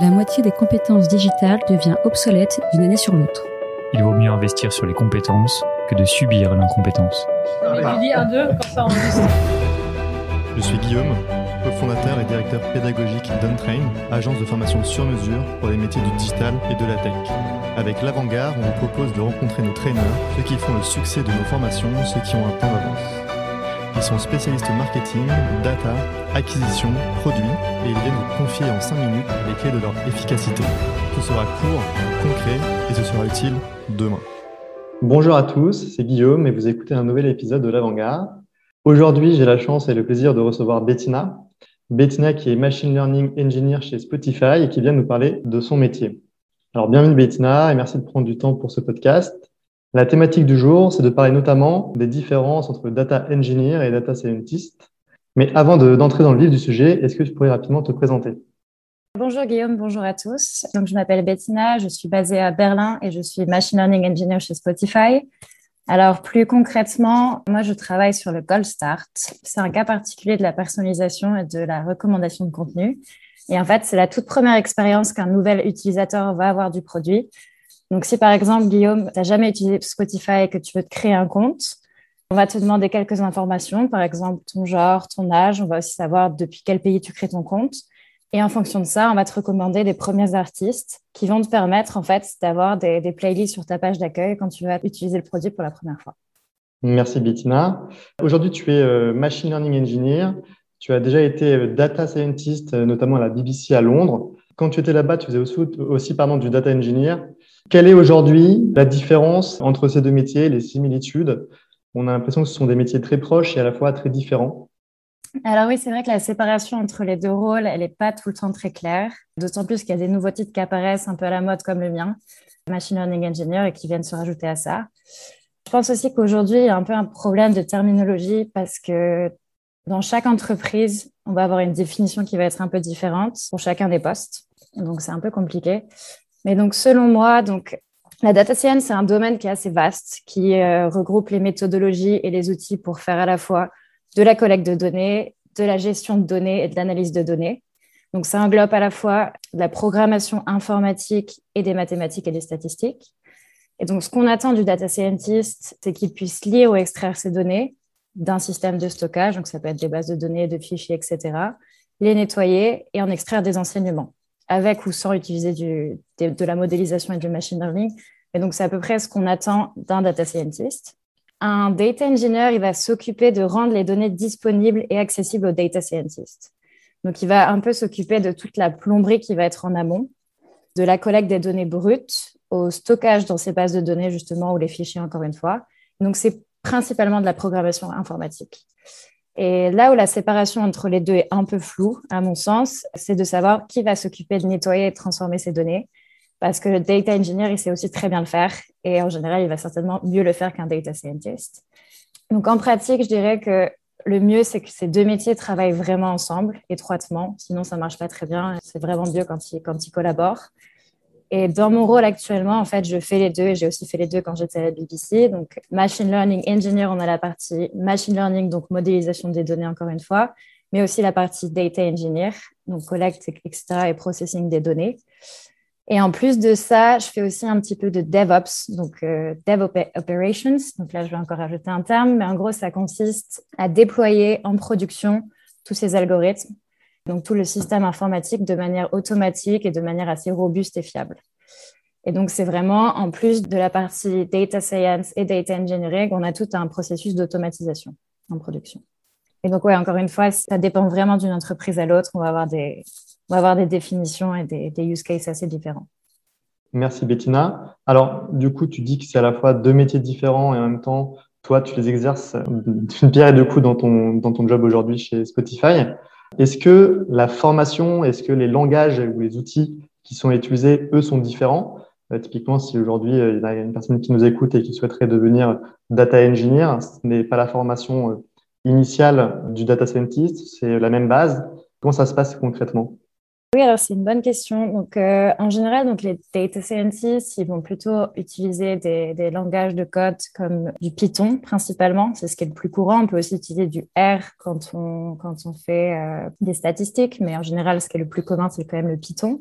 La moitié des compétences digitales devient obsolète d'une année sur l'autre. Il vaut mieux investir sur les compétences que de subir l'incompétence. Mais tu dis 1, 2 quand ça enregistre. Je suis Guillaume, cofondateur et directeur pédagogique d'Untrain, agence de formation sur mesure pour les métiers du digital et de la tech. Avec l'Avant-Garde, on vous propose de rencontrer nos traîneurs, ceux qui font le succès de nos formations, ceux qui ont un temps d'avance. Ils sont spécialistes marketing, data, acquisition, produits, et ils viennent vous confier en 5 minutes les clés de leur efficacité. Tout sera court, concret, et ce sera utile demain. Bonjour à tous, c'est Guillaume et vous écoutez un nouvel épisode de l'Avant-Garde. Aujourd'hui, j'ai la chance et le plaisir de recevoir Bettina. Bettina qui est Machine Learning Engineer chez Spotify et qui vient nous parler de son métier. Alors, bienvenue Bettina et merci de prendre du temps pour ce podcast. La thématique du jour, c'est de parler notamment des différences entre data engineer et data scientist. Mais avant d'entrer dans le vif du sujet, est-ce que tu pourrais rapidement te présenter ? Bonjour Guillaume, bonjour à tous. Donc, je m'appelle Bettina, je suis basée à Berlin et je suis Machine Learning Engineer chez Spotify. Alors, plus concrètement, moi, je travaille sur le Gold Start. C'est un cas particulier de la personnalisation et de la recommandation de contenu. Et en fait, c'est la toute première expérience qu'un nouvel utilisateur va avoir du produit. Donc, si par exemple, Guillaume, tu n'as jamais utilisé Spotify et que tu veux te créer un compte, on va te demander quelques informations, par exemple ton genre, ton âge. On va aussi savoir depuis quel pays tu crées ton compte. Et en fonction de ça, on va te recommander des premiers artistes qui vont te permettre en fait d'avoir des playlists sur ta page d'accueil quand tu vas utiliser le produit pour la première fois. Merci Bettina. Aujourd'hui, tu es Machine Learning Engineer. Tu as déjà été Data Scientist, notamment à la BBC à Londres. Quand tu étais là-bas, tu faisais aussi du Data Engineer. Quelle est aujourd'hui la différence entre ces deux métiers, les similitudes ? On a l'impression que ce sont des métiers très proches et à la fois très différents. Alors oui, c'est vrai que la séparation entre les deux rôles, elle n'est pas tout le temps très claire. D'autant plus qu'il y a des nouveaux titres qui apparaissent un peu à la mode comme le mien, Machine Learning Engineer, et qui viennent se rajouter à ça. Je pense aussi qu'aujourd'hui, il y a un peu un problème de terminologie parce que dans chaque entreprise, on va avoir une définition qui va être un peu différente pour chacun des postes. Donc, c'est un peu compliqué. Mais donc, selon moi, la data science, c'est un domaine qui est assez vaste, qui regroupe les méthodologies et les outils pour faire à la fois de la collecte de données, de la gestion de données et de l'analyse de données. Donc, ça englobe à la fois de la programmation informatique et des mathématiques et des statistiques. Et donc, ce qu'on attend du data scientist, c'est qu'il puisse lire ou extraire ces données d'un système de stockage, donc ça peut être des bases de données, de fichiers, etc., les nettoyer et en extraire des enseignements, avec ou sans utiliser de la modélisation et du machine learning. Et donc, c'est à peu près ce qu'on attend d'un data scientist. Un data engineer, il va s'occuper de rendre les données disponibles et accessibles aux data scientists. Donc, il va un peu s'occuper de toute la plomberie qui va être en amont, de la collecte des données brutes au stockage dans ces bases de données, justement, ou les fichiers, encore une fois. Donc, c'est principalement de la programmation informatique. Et là où la séparation entre les deux est un peu floue, à mon sens, c'est de savoir qui va s'occuper de nettoyer et de transformer ces données. Parce que le data engineer, il sait aussi très bien le faire. Et en général, il va certainement mieux le faire qu'un data scientist. Donc, en pratique, je dirais que le mieux, c'est que ces deux métiers travaillent vraiment ensemble, étroitement. Sinon, ça ne marche pas très bien. C'est vraiment mieux quand ils collaborent. Et dans mon rôle actuellement, en fait, je fais les deux. Et j'ai aussi fait les deux quand j'étais à la BBC. Donc, Machine Learning Engineer, on a la partie Machine Learning, donc modélisation des données, encore une fois, mais aussi la partie Data Engineer, donc collecte, etc., et processing des données. Et en plus de ça, je fais aussi un petit peu de DevOps, donc Dev Operations. Donc là, je vais encore rajouter un terme, mais en gros, ça consiste à déployer en production tous ces algorithmes, donc tout le système informatique de manière automatique et de manière assez robuste et fiable. Et donc, c'est vraiment, en plus de la partie Data Science et Data Engineering, on a tout un processus d'automatisation en production. Et donc, ouais, encore une fois, ça dépend vraiment d'une entreprise à l'autre. On va avoir des définitions et des use cases assez différents. Merci Bettina. Alors, du coup, tu dis que c'est à la fois deux métiers différents et en même temps, toi, tu les exerces d'une pierre et deux coups dans ton job aujourd'hui chez Spotify. Est-ce que la formation, est-ce que les langages ou les outils qui sont utilisés, eux, sont différents ? Typiquement, si aujourd'hui, il y a une personne qui nous écoute et qui souhaiterait devenir data engineer, ce n'est pas la formation initiale du data scientist, c'est la même base. Comment ça se passe concrètement ? Oui, alors c'est une bonne question. Donc, en général, donc, les data scientists, ils vont plutôt utiliser des langages de code comme du Python principalement. C'est ce qui est le plus courant. On peut aussi utiliser du R quand on fait des statistiques, mais en général, ce qui est le plus commun, c'est quand même le Python.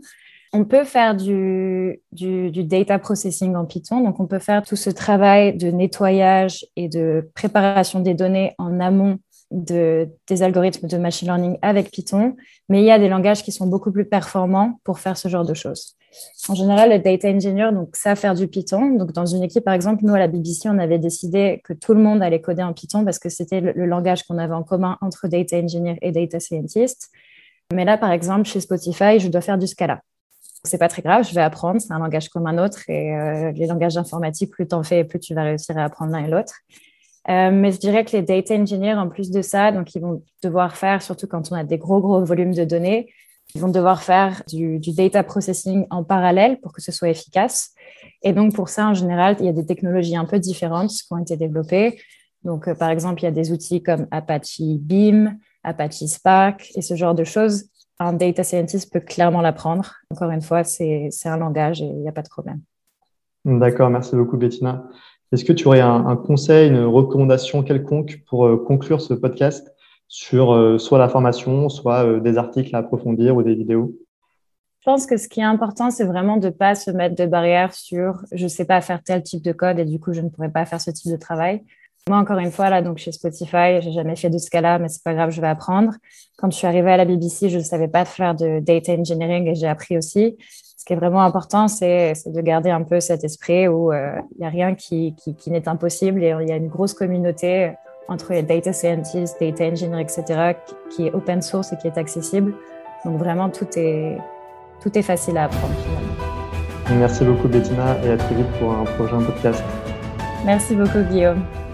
On peut faire du data processing en Python. Donc, on peut faire tout ce travail de nettoyage et de préparation des données en amont des algorithmes de machine learning avec Python. Mais il y a des langages qui sont beaucoup plus performants pour faire ce genre de choses. En général, le data engineer, donc, savent faire du Python. Donc, dans une équipe, par exemple, nous, à la BBC, on avait décidé que tout le monde allait coder en Python parce que c'était le langage qu'on avait en commun entre data engineer et data scientist. Mais là, par exemple, chez Spotify, je dois faire du Scala. C'est pas très grave, je vais apprendre, c'est un langage comme un autre et les langages informatiques, plus t'en fais, plus tu vas réussir à apprendre l'un et l'autre. Mais je dirais que les data engineers, en plus de ça, donc ils vont devoir faire, surtout quand on a des gros volumes de données, ils vont devoir faire du data processing en parallèle pour que ce soit efficace. Et donc pour ça, en général, il y a des technologies un peu différentes qui ont été développées. Donc par exemple, il y a des outils comme Apache Beam, Apache Spark et ce genre de choses. Un data scientist peut clairement l'apprendre. Encore une fois, c'est un langage et il n'y a pas de problème. D'accord, merci beaucoup Bettina. Est-ce que tu aurais un conseil, une recommandation quelconque pour conclure ce podcast sur soit la formation, soit des articles à approfondir ou des vidéos? Je pense que ce qui est important, c'est vraiment de ne pas se mettre de barrière sur « je ne sais pas faire tel type de code et du coup, je ne pourrais pas faire ce type de travail ». Moi, encore une fois, là, donc chez Spotify, je n'ai jamais fait de Scala, mais ce n'est pas grave, je vais apprendre. Quand je suis arrivée à la BBC, je ne savais pas faire de data engineering et j'ai appris aussi. Ce qui est vraiment important, c'est de garder un peu cet esprit où il n'y a rien qui n'est impossible et il y a une grosse communauté entre les data scientists, data engineers, etc., qui est open source et qui est accessible. Donc vraiment, tout est facile à apprendre finalement. Merci beaucoup Bettina et à très vite pour un prochain podcast. Merci beaucoup Guillaume.